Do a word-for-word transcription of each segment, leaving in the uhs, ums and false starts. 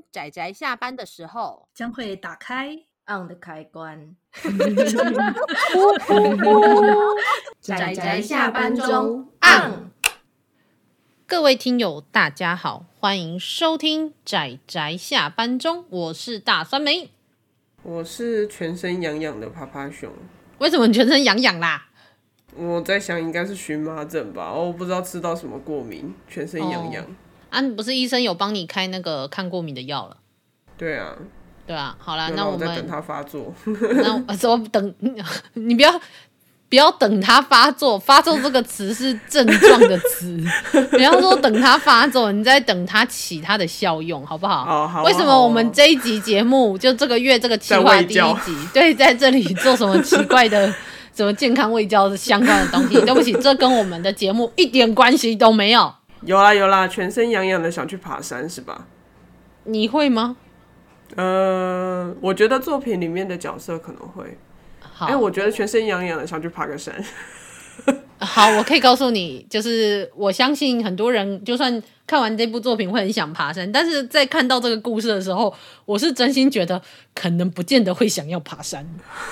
当宅宅下班的时候， 将会打开 on 的开关。 宅宅下班中 on。 各位听友大家好，欢迎收听宅宅下班中，我是大酸梅， 我是全身痒痒的趴趴熊。 为什么你全身痒痒啦？ 我在想应该是荨麻疹吧，我不知道吃到什么过敏，全身痒痒。 哦啊，你不是医生有帮你开那个抗过敏的药了？ 对啊， 对啊，好啦，那我们我在等它发作。 那我等你不要不要等它发作，发作这个词是症状的词，不要说等它发作，你在等它起它的效用，好不好？ 哦好啊为什么我们这一集节目就这个月这个企划第一集，对，在这里做什么奇怪的什么健康卫教相关的东西？对不起，这跟我们的节目一点关系都没有。 有啦有啦，全身痒痒的想去爬山是吧？ 你会吗？ 呃，我觉得作品里面的角色可能会。 好， 哎、欸，我觉得全身痒痒的想去爬个山。 好，我可以告诉你，就是我相信很多人就算看完这部作品会很想爬山，但是在看到这个故事的时候，我是真心觉得可能不见得会想要爬山。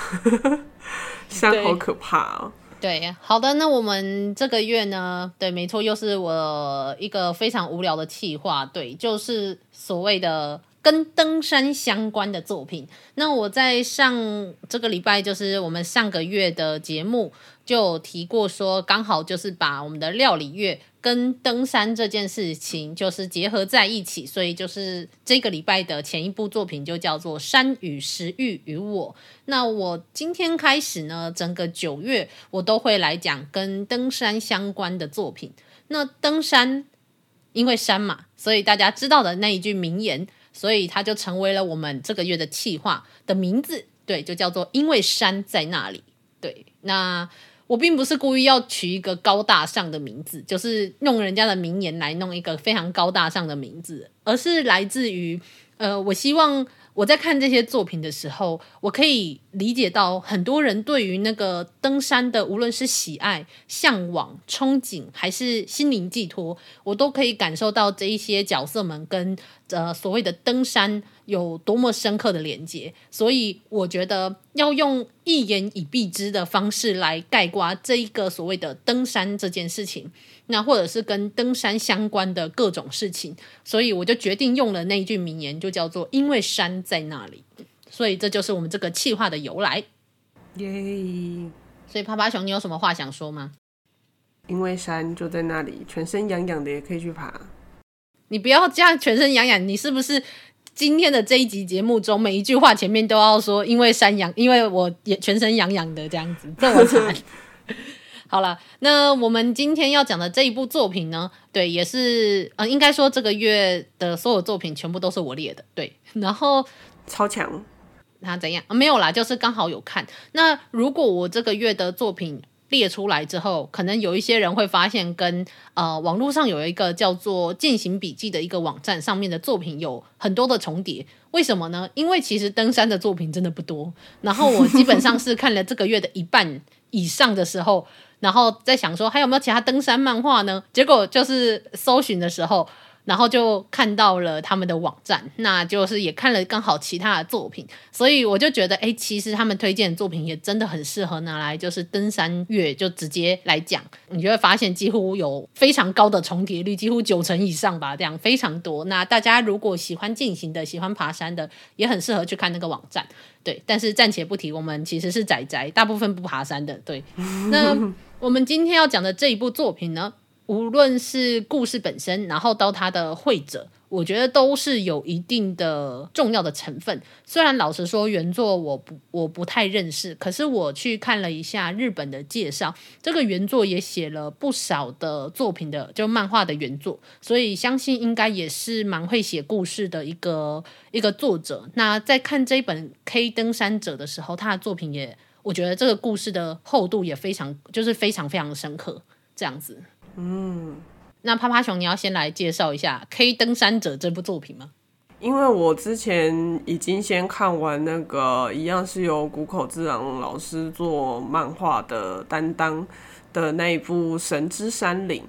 山好可怕哦。 对，好的，那我们这个月呢，对，没错，又是我一个非常无聊的企划，对，就是所谓的跟登山相关的作品。那我在上这个礼拜，就是我们上个月的节目就有提过说，刚好就是把我们的料理月跟登山这件事情就是结合在一起，所以就是这个礼拜的前一部作品就叫做《山与食欲与我》。那我今天开始呢，整个九月我都会来讲跟登山相关的作品。那登山因为山嘛，所以大家知道的那一句名言，所以它就成为了我们这个月的企划的名字，对，就叫做因为山在那里。对，那我并不是故意要取一个高大上的名字，就是用人家的名言来弄一个非常高大上的名字，而是来自于呃，我希望我在看这些作品的时候，我可以理解到很多人对于那个登山的无论是喜爱、向往、憧憬还是心灵寄托，我都可以感受到这一些角色们跟呃所谓的登山有多么深刻的连接。所以我觉得要用一言以蔽之的方式来概括这一个所谓的登山这件事情，那或者是跟登山相关的各种事情，所以我就决定用了那一句名言，就叫做因为山在那里。所以这就是我们这个企划的由来。 耶！ 所以趴趴熊，你有什么话想说吗？ 因为山就在那里，全身痒痒的也可以去爬。 你不要这样全身痒痒，你是不是今天的这一集节目中每一句话前面都要说因为山痒，因为我也全身痒痒的这样子，这么惨。好了，那我们今天要讲的这一部作品呢，对，也是呃，应该说这个月的所有作品全部都是我列的，对，然后超强。 那怎样、啊、没有啦，就是刚好有看。那如果我这个月的作品列出来之后，可能有一些人会发现跟呃网络上有一个叫做践行笔记的一个网站上面的作品有很多的重叠。为什么呢？因为其实登山的作品真的不多，然后我基本上是看了这个月的一半以上的时候，然后在想说还有没有其他登山漫画呢？结果就是搜寻的时候，然后就看到了他们的网站，那就是也看了刚好其他的作品，所以我就觉得哎，其实他们推荐的作品也真的很适合拿来就是登山月就直接来讲，你就会发现几乎有非常高的重叠率，几乎九成以上吧，这样非常多。那大家如果喜欢进行的喜欢爬山的也很适合去看那个网站，对，但是暂且不提，我们其实是宅宅，大部分不爬山的，对。那我们今天要讲的这一部作品呢，无论是故事本身，然后到它的绘者，我觉得都是有一定的重要的成分。虽然老实说原作我不我不太认识，可是我去看了一下日本的介绍，这个原作也写了不少的作品的，就漫画的原作，所以相信应该也是蛮会写故事的一个一个作者。那在看这一本《K 登山者》的时候，他的作品也，我觉得这个故事的厚度也非常，就是非常非常深刻，这样子。嗯，那趴趴熊，你要先来介绍一下《K 登山者》这部作品吗？ 因为我之前已经先看完那个一样是由谷口治郎老师做漫画的担当的那一部《神之山岭》，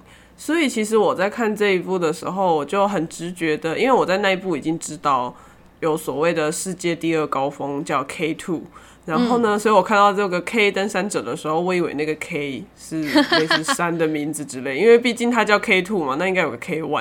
所以其实我在看这一部的时候，我就很直觉的，因为我在那一部已经知道有所谓的世界第二高峰叫 K 二，然后呢，嗯、所以我看到这个 K 登山者的时候，我以为那个 K 是类似山的名字之类，因为毕竟它叫 K 二嘛，那应该有个 K 一。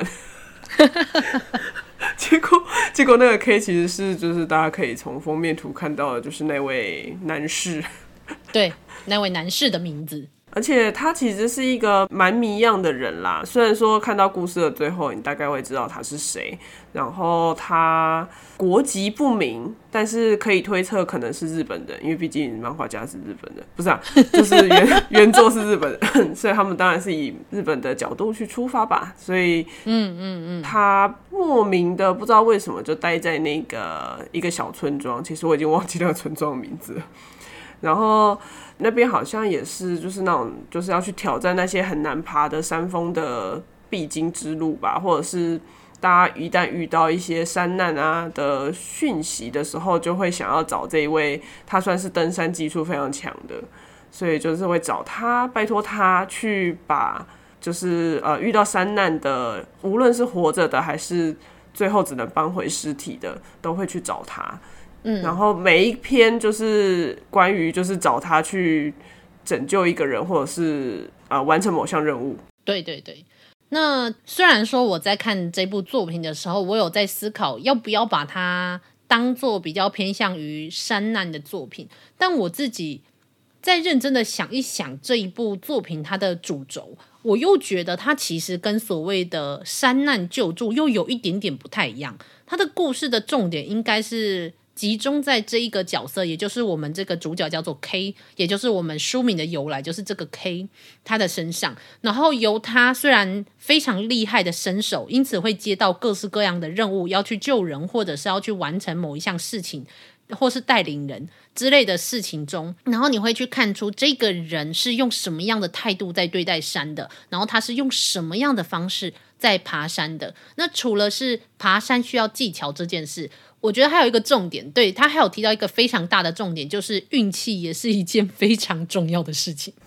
结果，结果那个 K 其实是就是大家可以从封面图看到的，就是那位男士。 对，那位男士的名字。 而且他其实是一个蛮谜样的人啦，虽然说看到故事的最后你大概会知道他是谁，然后他国籍不明，但是可以推测可能是日本人，因为毕竟漫画家是日本人，不是啊，就是原原作是日本人，所以他们当然是以日本的角度去出发吧，所以嗯嗯嗯，他莫名的不知道为什么就待在那个一个小村庄，其实我已经忘记那个村庄的名字了，然后那边好像也是就是那种就是要去挑战那些很难爬的山峰的必经之路吧，或者是大家一旦遇到一些山难啊的讯息的时候，就会想要找这一位他算是登山技术非常强的，所以就是会找他拜托他去把就是呃遇到山难的无论是活着的还是最后只能搬回尸体的都会去找他。嗯，然后每一篇就是关于就是找他去拯救一个人，或者是呃完成某项任务。 对对对。那虽然说我在看这部作品的时候，我有在思考要不要把它当作比较偏向于山难的作品，但我自己再认真的想一想这一部作品它的主轴，我又觉得它其实跟所谓的山难救助又有一点点不太一样。它的故事的重点应该是集中在这一个角色，也就是我们这个主角叫做 K， 也就是我们书名的由来，就是这个 K 他的身上，然后由他虽然非常厉害的身手，因此会接到各式各样的任务，要去救人，或者是要去完成某一项事情，或是带领人之类的事情中，然后你会去看出这个人是用什么样的态度在对待山的，然后他是用什么样的方式在爬山的。那除了是爬山需要技巧这件事，我觉得还有一个重点，对，他还有提到一个非常大的重点，就是运气也是一件非常重要的事情。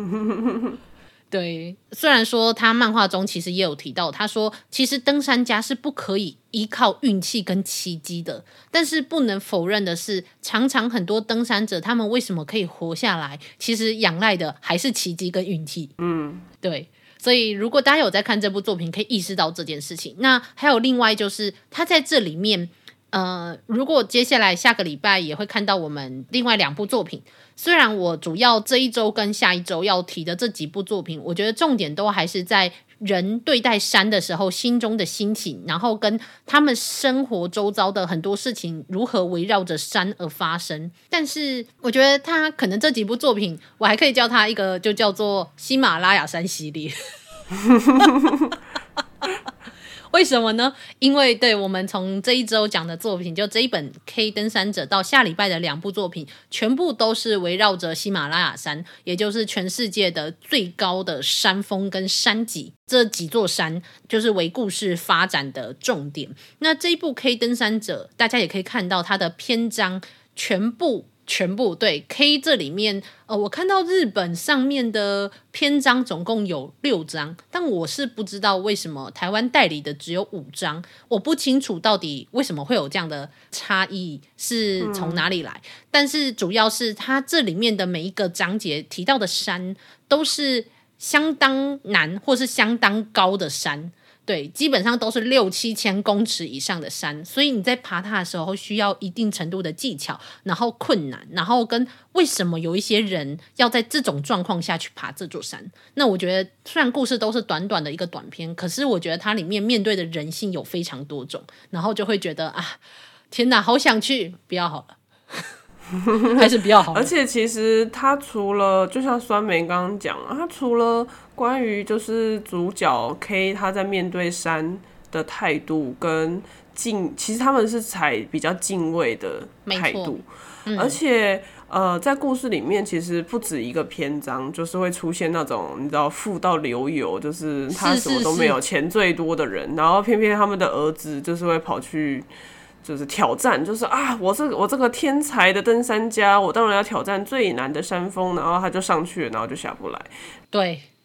对，虽然说他漫画中其实也有提到，他说其实登山家是不可以依靠运气跟奇迹的，但是不能否认的是，常常很多登山者他们为什么可以活下来，其实仰赖的还是奇迹跟运气。嗯，对。所以如果大家有在看这部作品，可以意识到这件事情。那还有另外就是他在这里面呃，如果接下来下个礼拜也会看到我们另外两部作品，虽然我主要这一周跟下一周要提的这几部作品，我觉得重点都还是在人对待山的时候心中的心情，然后跟他们生活周遭的很多事情如何围绕着山而发生。但是我觉得他可能这几部作品我还可以叫他一个就叫做喜马拉雅山系列。为什么呢？因为对我们从这一周讲的作品，就这一本 K 登山者到下礼拜的两部作品，全部都是围绕着喜马拉雅山，也就是全世界的最高的山峰跟山脊，这几座山就是为故事发展的重点。那这一部 K 登山者，大家也可以看到它的篇章全部全部对 K 这里面呃，我看到日本上面的篇章总共有六章，但我是不知道为什么台湾代理的只有五章，我不清楚到底为什么会有这样的差异是从哪里来、嗯、但是主要是它这里面的每一个章节提到的山都是相当难或是相当高的山，对，基本上都是六七千公尺以上的山，所以你在爬它的时候需要一定程度的技巧，然后困难，然后跟为什么有一些人要在这种状况下去爬这座山。那我觉得虽然故事都是短短的一个短篇，可是我觉得它里面面对的人性有非常多种，然后就会觉得啊，天哪，好想去，不要好了。还是比较好。 而且其实他除了就像酸梅刚刚讲了，他除了关于就是主角 K 他在面对山的态度跟敬，其实他们是采比较敬畏的态度、嗯、而且呃，在故事里面其实不止一个篇章就是会出现那种你知道富到流油，就是他什么都没有，钱最多的人，然后偏偏他们的儿子就是会跑去就是挑战，就是啊，我这个我这个天才的登山家，我当然要挑战最难的山峰，然后他就上去了，然后就下不来。 对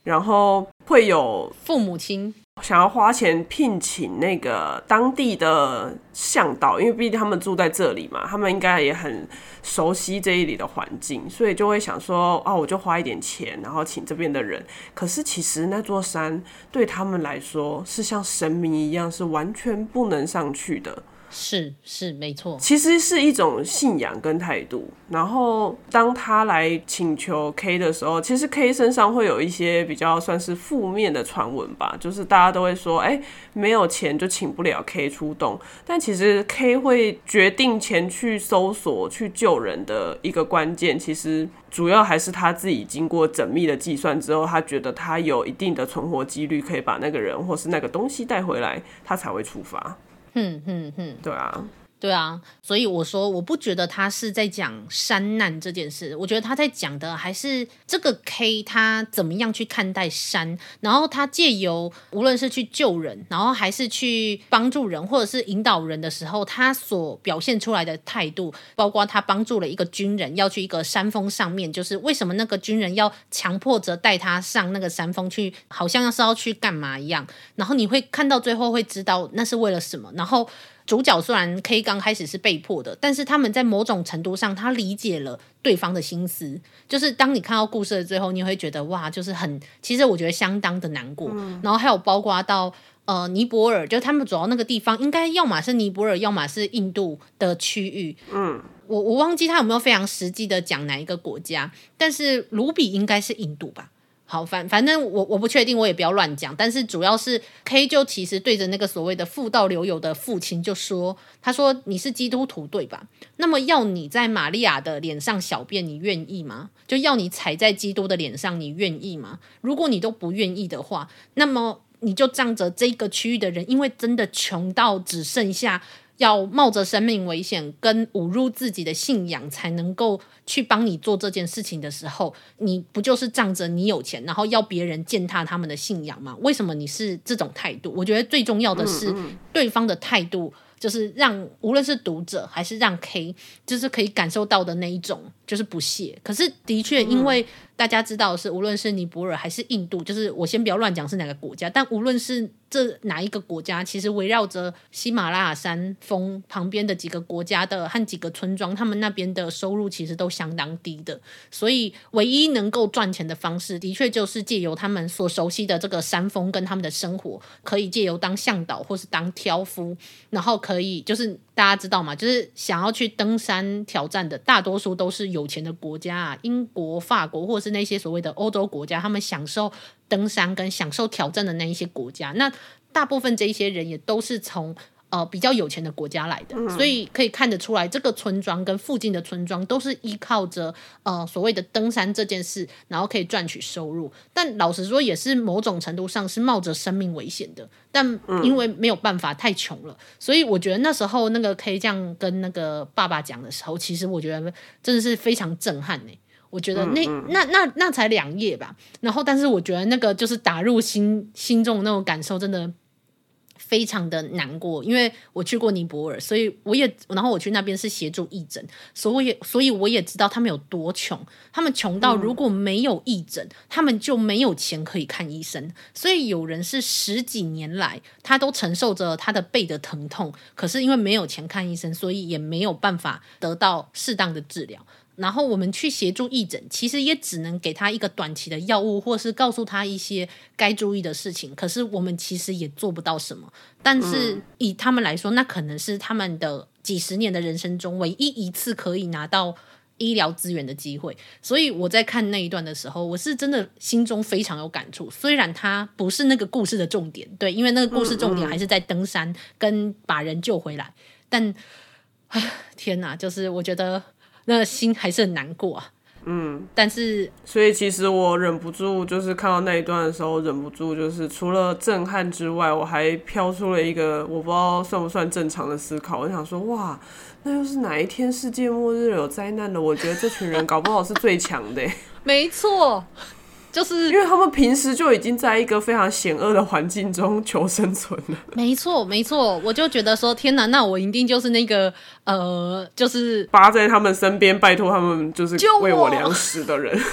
然后会有父母亲想要花钱聘请那个当地的向导，因为毕竟他们住在这里嘛，他们应该也很熟悉这一里的环境，所以就会想说，哦，我就花一点钱，然后请这边的人。可是其实那座山对他们来说是像神明一样，是完全不能上去的。 是是没错， 其实是一种信仰跟态度。然后当他来请求 K 的时候，其实 K 身上会有一些比较算是负面的传闻吧，就是大家都会说，哎、欸，没有钱就请不了 K 出动。但其实 K 会决定前去搜索、去救人的一个关键，其实主要还是他自己经过缜密的计算之后，他觉得他有一定的存活几率，可以把那个人或是那个东西带回来，他才会出发。 哼哼哼， 对啊， 对啊，所以我说我不觉得他是在讲山难这件事，我觉得他在讲的还是这个 K 他怎么样去看待山，然后他借由无论是去救人，然后还是去帮助人或者是引导人的时候，他所表现出来的态度，包括他帮助了一个军人要去一个山峰上面，就是为什么那个军人要强迫着带他上那个山峰去，好像是要去干嘛一样，然后你会看到最后会知道那是为了什么。然后主角虽然 K 刚开始是被迫的，但是他们在某种程度上他理解了对方的心思，就是当你看到故事的最后，你会觉得哇，就是很，其实我觉得相当的难过、嗯、然后还有包括到呃尼泊尔，就他们主要那个地方应该要么是尼泊尔要么是印度的区域，嗯，我我忘记他有没有非常实际的讲哪一个国家，但是卢比应该是印度吧。好，反反正我我不确定，我也不要乱讲。但是主要是 K 就其实对着那个所谓的妇道流油的父亲就说，他说你是基督徒对吧？那么要你在玛利亚的脸上小便，你愿意吗？就要你踩在基督的脸上，你愿意吗？如果你都不愿意的话，那么你就仗着这个区域的人，因为真的穷到只剩下要冒着生命危险跟侮辱自己的信仰才能够去帮你做这件事情的时候，你不就是仗着你有钱然后要别人践踏他们的信仰吗？为什么你是这种态度？我觉得最重要的是对方的态度，就是让无论是读者还是让 K 就是可以感受到的那一种就是不屑。可是的确因为大家知道的是无论是尼泊尔还是印度，就是我先不要乱讲是哪个国家，但无论是这哪一个国家，其实围绕着喜马拉雅山峰旁边的几个国家的和几个村庄，他们那边的收入其实都相当低的，所以唯一能够赚钱的方式的确就是借由他们所熟悉的这个山峰跟他们的生活，可以借由当向导或是当挑夫，然后可以就是大家知道嘛，就是想要去登山挑战的大多数都是有钱的国家啊，英国、法国或是那些所谓的欧洲国家，他们享受登山跟享受挑战的那一些国家，那大部分这一些人也都是从呃比较有钱的国家来的、嗯、所以可以看得出来这个村庄跟附近的村庄都是依靠着呃所谓的登山这件事然后可以赚取收入，但老实说也是某种程度上是冒着生命危险的，但因为没有办法太穷了、嗯、所以我觉得那时候那个 K 这样跟那个爸爸讲的时候，其实我觉得真的是非常震撼耶、欸我觉得那、嗯嗯、那那那才两页吧，然后但是我觉得那个就是打入心心中的那种感受真的非常的难过，因为我去过尼泊尔，所以我也然后我去那边是协助义诊，所以所以我也知道他们有多穷，他们穷到如果没有义诊、嗯、他们就没有钱可以看医生，所以有人是十几年来他都承受着他的背的疼痛，可是因为没有钱看医生，所以也没有办法得到适当的治疗，然后我们去协助义诊，其实也只能给他一个短期的药物，或是告诉他一些该注意的事情，可是我们其实也做不到什么，但是以他们来说，那可能是他们的几十年的人生中唯一一次可以拿到医疗资源的机会，所以我在看那一段的时候，我是真的心中非常有感触，虽然它不是那个故事的重点，对，因为那个故事重点还是在登山跟把人救回来，但天哪，就是我觉得那心还是很难过啊。嗯，但是所以其实我忍不住，就是看到那一段的时候，忍不住就是除了震撼之外，我还飘出了一个我不知道算不算正常的思考。我想说，哇，那又是哪一天世界末日有灾难了？我觉得这群人搞不好是最强的、欸。 没错。就是因为他们平时就已经在一个非常险恶的环境中求生存了。 没错没错，我就觉得说天哪，那我一定就是那个呃就是扒在他们身边拜托他们就是喂我粮食的人。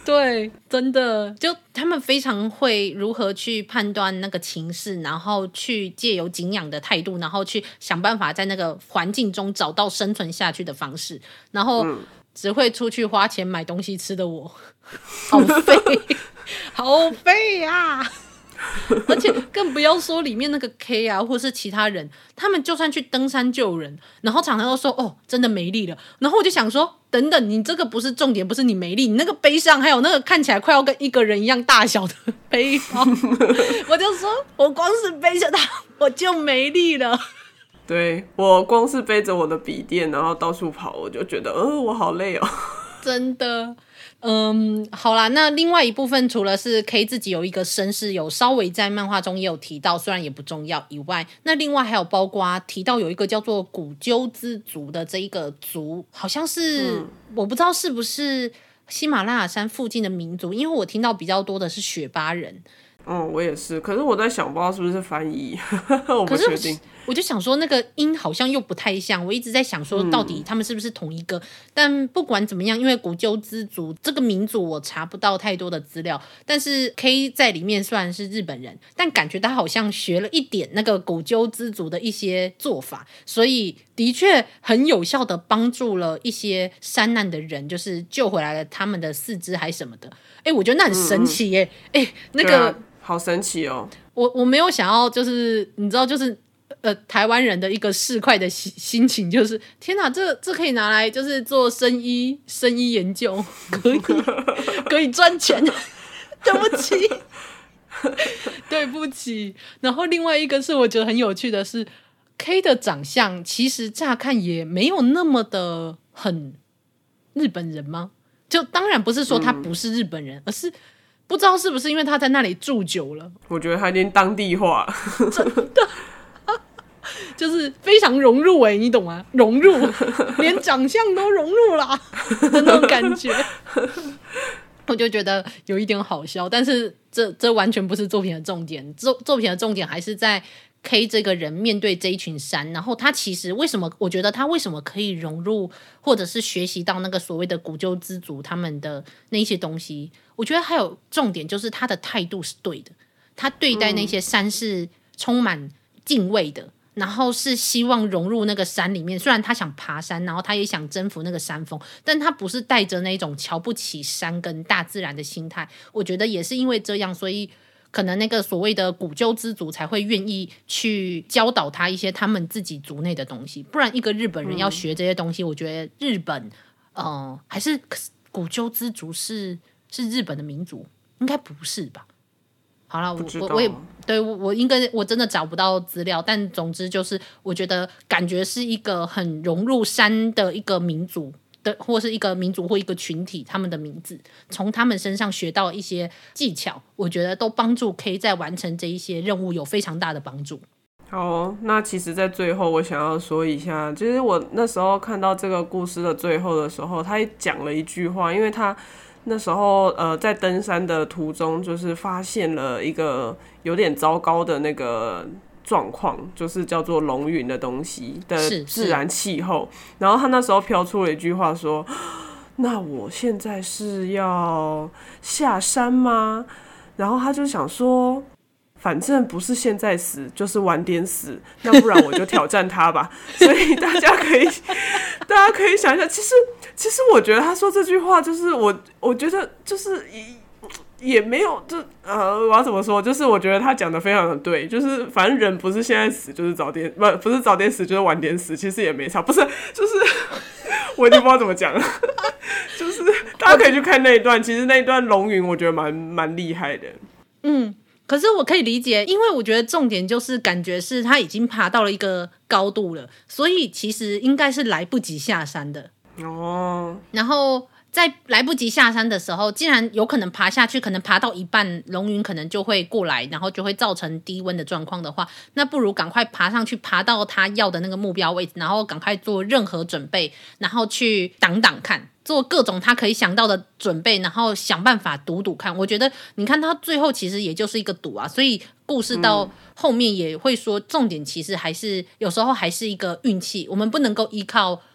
对，真的，就他们非常会如何去判断那个情势，然后去借由敬仰的态度，然后去想办法在那个环境中找到生存下去的方式，然后只会出去花钱买东西吃的我，好废，好废啊！而且更不要说里面那个 K 啊，或是其他人，他们就算去登山救人，然后常常都说哦，真的没力了。然后我就想说，等等，你这个不是重点，不是你没力，你那个背上还有那个看起来快要跟一个人一样大小的背包，我就说我光是背着它，我就没力了。 对，我光是背着我的笔电，然后到处跑，我就觉得，呃，我好累哦。 真的。嗯，好啦，那另外一部分除了是 K 自己有一个身世，有稍微在漫画中也有提到，虽然也不重要以外，那另外还有包括提到有一个叫做古鸠兹族的这一个族，好像是、嗯、我不知道是不是喜马拉雅山附近的民族，因为我听到比较多的是雪巴人。 嗯，我也是，可是我在想，不知道是不是翻译，我不确定。 我就想说那个音好像又不太像，我一直在想说到底他们是不是同一个、嗯、但不管怎么样，因为古鸠兹族这个民族我查不到太多的资料，但是 K 在里面虽然是日本人，但感觉他好像学了一点那个古鸠兹族的一些做法，所以的确很有效的帮助了一些山难的人，就是救回来了他们的四肢还什么的。哎，我觉得那很神奇耶！哎、嗯，那个、啊、 好神奇哦！ 我我没有想要，就是你知道，就是呃，台湾人的一个市侩的心情，就是天哪，这这可以拿来就是做生医生医研究，可以可以赚钱。对不起，对不起。然后另外一个是我觉得很有趣的是 ，K 的长相其实乍看也没有那么的很日本人吗？就当然不是说他不是日本人，嗯、而是不知道是不是因为他在那里住久了， 我觉得他已经当地化， 真的。就是非常融入哎、欸，你懂吗？融入，连长相都融入啦的那种感觉，我就觉得有一点好笑。但是这这完全不是作品的重点，作作品的重点还是在 K 这个人面对这一群山，然后他其实为什么？我觉得他为什么可以融入，或者是学习到那个所谓的古鸠兹族他们的那些东西？我觉得还有重点就是他的态度是对的，他对待那些山是充满敬畏的。嗯，然后是希望融入那个山里面，虽然他想爬山，然后他也想征服那个山峰，但他不是带着那种瞧不起山跟大自然的心态。我觉得也是因为这样，所以可能那个所谓的古鸠兹族才会愿意去教导他一些他们自己族内的东西。不然一个日本人要学这些东西，嗯、我觉得日本呃还是古鸠兹族是是日本的民族，应该不是吧？好了，我我我也对我我应该我真的找不到资料，但总之就是我觉得感觉是一个很融入山的一个民族的，或是一个民族或一个群体，他们的名字从他们身上学到一些技巧，我觉得都帮助 K 在完成这一些任务有非常大的帮助。 好，那其实在最后我想要说一下，就是我那时候看到这个故事的最后的时候，他也讲了一句话，因为他那时候呃在登山的途中，就是发现了一个有点糟糕的那个状况，就是叫做龙云的东西的自然气候。然后他那时候飘出了一句话说：“那我现在是要下山吗？”然后他就想说，反正不是现在死就是晚点死，那不然我就挑战他吧。所以大家可以大家可以想一下，其实其实我觉得他说这句话就是我我觉得就是也没有就呃我要怎么说，就是我觉得他讲的非常的对，就是反正人不是现在死就是早点，不不是早点死就是晚点死，其实也没差，不是就是我已经不知道怎么讲了。就是大家可以去看那一段，其实那一段龙云我觉得蛮蛮厉害的。 嗯，可是我可以理解，因为我觉得重点就是感觉是他已经爬到了一个高度了，所以其实应该是来不及下山的哦。然后在来不及下山的时候，既然有可能爬下去，可能爬到一半龙云可能就会过来，然后就会造成低温的状况的话，那不如赶快爬上去，爬到他要的那个目标位置，然后赶快做任何准备，然后去挡挡看，做各种他可以想到的准备，然后想办法赌赌看。我觉得你看他最后其实也就是一个赌啊，所以故事到后面也会说，重点其实还是有时候还是一个运气，我们不能够依靠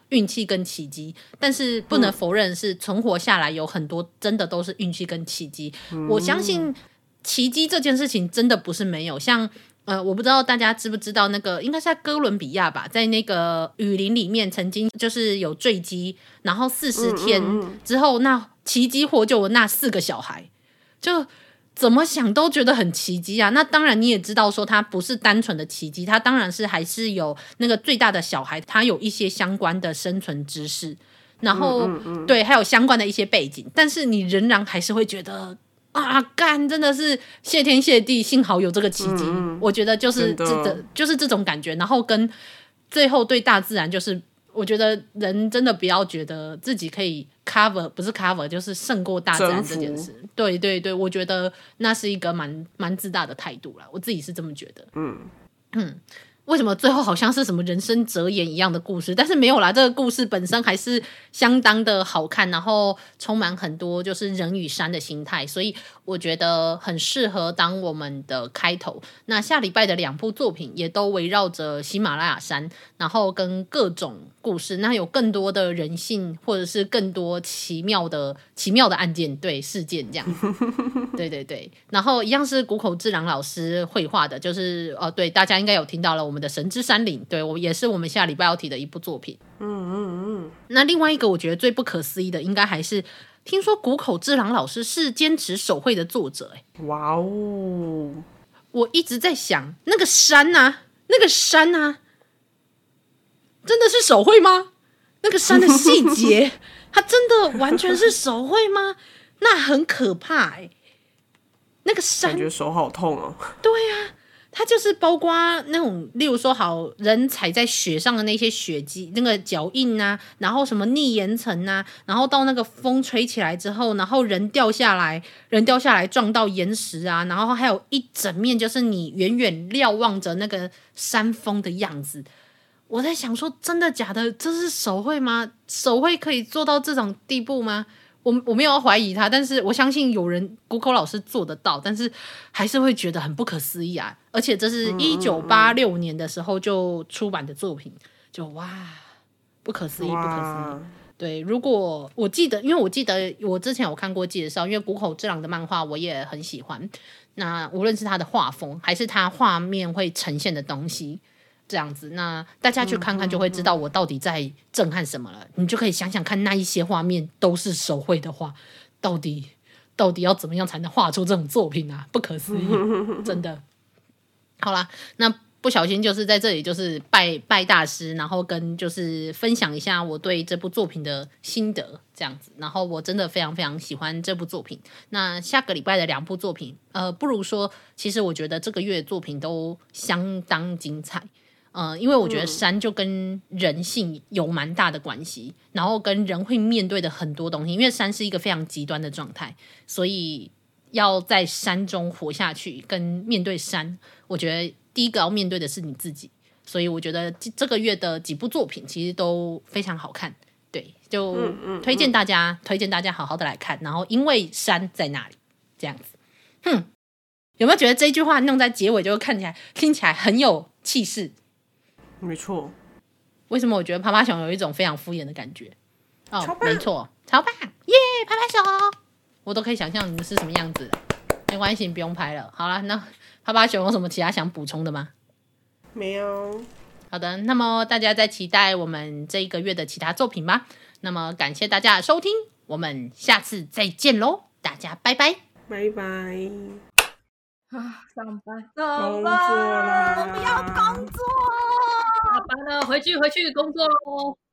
运气跟奇迹，但是不能否认是存活下来有很多真的都是运气跟奇迹、嗯、我相信奇迹这件事情真的不是没有，像呃，我不知道大家知不知道那个应该是在哥伦比亚吧，在那个雨林里面曾经就是有坠机，然后四十天之后、嗯嗯嗯、那奇迹获救了那四个小孩，就怎么想都觉得很奇迹啊。那当然你也知道说它不是单纯的奇迹，它当然是还是有那个最大的小孩他有一些相关的生存知识，然后、嗯嗯嗯、对还有相关的一些背景，但是你仍然还是会觉得啊，干真的是谢天谢地，幸好有这个奇迹、嗯、我觉得就是这的就是这种感觉。然后跟最后对大自然，就是我觉得人真的不要觉得自己可以 cover， 不是 cover 就是胜过大自然这件事。对对对，我觉得那是一个蛮蛮自大的态度啦，我自己是这么觉得。嗯嗯，为什么最后好像是什么人生哲言一样的故事，但是没有啦，这个故事本身还是相当的好看，然后充满很多就是人与山的心态，所以我觉得很适合当我们的开头。那下礼拜的两部作品也都围绕着喜马拉雅山，然后跟各种故事，那有更多的人性或者是更多奇妙的奇妙的案件，对事件这样对对对，然后一样是谷口治郎老师绘画的，就是哦对，大家应该有听到了我们的神之山岭，对，我也是我们下礼拜要提的一部作品。嗯嗯嗯。那另外一个我觉得最不可思议的应该还是听说谷口治郎老师是坚持手绘的作者。 哇哦， 我一直在想那个山啊那个山啊真的是手绘吗？那个山的细节它真的完全是手绘吗？那很可怕欸，那个山感觉手好痛哦。 对啊，它就是包括那种例如说好人踩在雪上的那些雪迹那个脚印啊，然后什么逆岩层啊，然后到那个风吹起来之后，然后人掉下来人掉下来撞到岩石啊，然后还有一整面就是你远远瞭望着那个山峰的样子。我在想说真的假的，这是手绘吗？手绘可以做到这种地步吗？我我没有要怀疑他，但是我相信有人谷口老师做得到，但是还是会觉得很不可思议啊！而且这是一九八六年的时候就出版的作品，就哇，不可思议，不可思议。对，如果我记得，因为我记得我之前有看过介绍，因为谷口治郎的漫画我也很喜欢，那无论是他的画风还是他画面会呈现的东西。这样子，那大家去看看就会知道我到底在震撼什么了。你就可以想想看，那一些画面都是手绘的画，到底到底要怎么样才能画出这种作品啊？不可思议，真的。好啦，那不小心就是在这里就是拜拜大师，然后跟就是分享一下我对这部作品的心得这样子。然后我真的非常非常喜欢这部作品。那下个礼拜的两部作品，呃，不如说，其实我觉得这个月的作品都相当精彩。呃，因为我觉得山就跟人性有蛮大的关系，然后跟人会面对的很多东西，因为山是一个非常极端的状态，所以要在山中活下去跟面对山，我觉得第一个要面对的是你自己，所以我觉得这个月的几部作品其实都非常好看，对，就推荐大家、嗯嗯嗯、推荐大家好好的来看，然后因为山在那里这样子。哼，有没有觉得这句话弄在结尾就看起来听起来很有气势？ 没错， 为什么我觉得趴趴熊有一种非常敷衍的感觉？哦，没错，超棒，耶，拍拍手，我都可以想象你们是什么样子的。没关系，你不用拍了。好了，那趴趴熊有什么其他想补充的吗？ 没有。 好的，那么大家再期待我们这一个月的其他作品吧。那么感谢大家的收听，我们下次再见咯，大家拜拜， 拜拜。 啊，上班， 工作啦！ 我不要工作。 下班了，回去回去工作咯。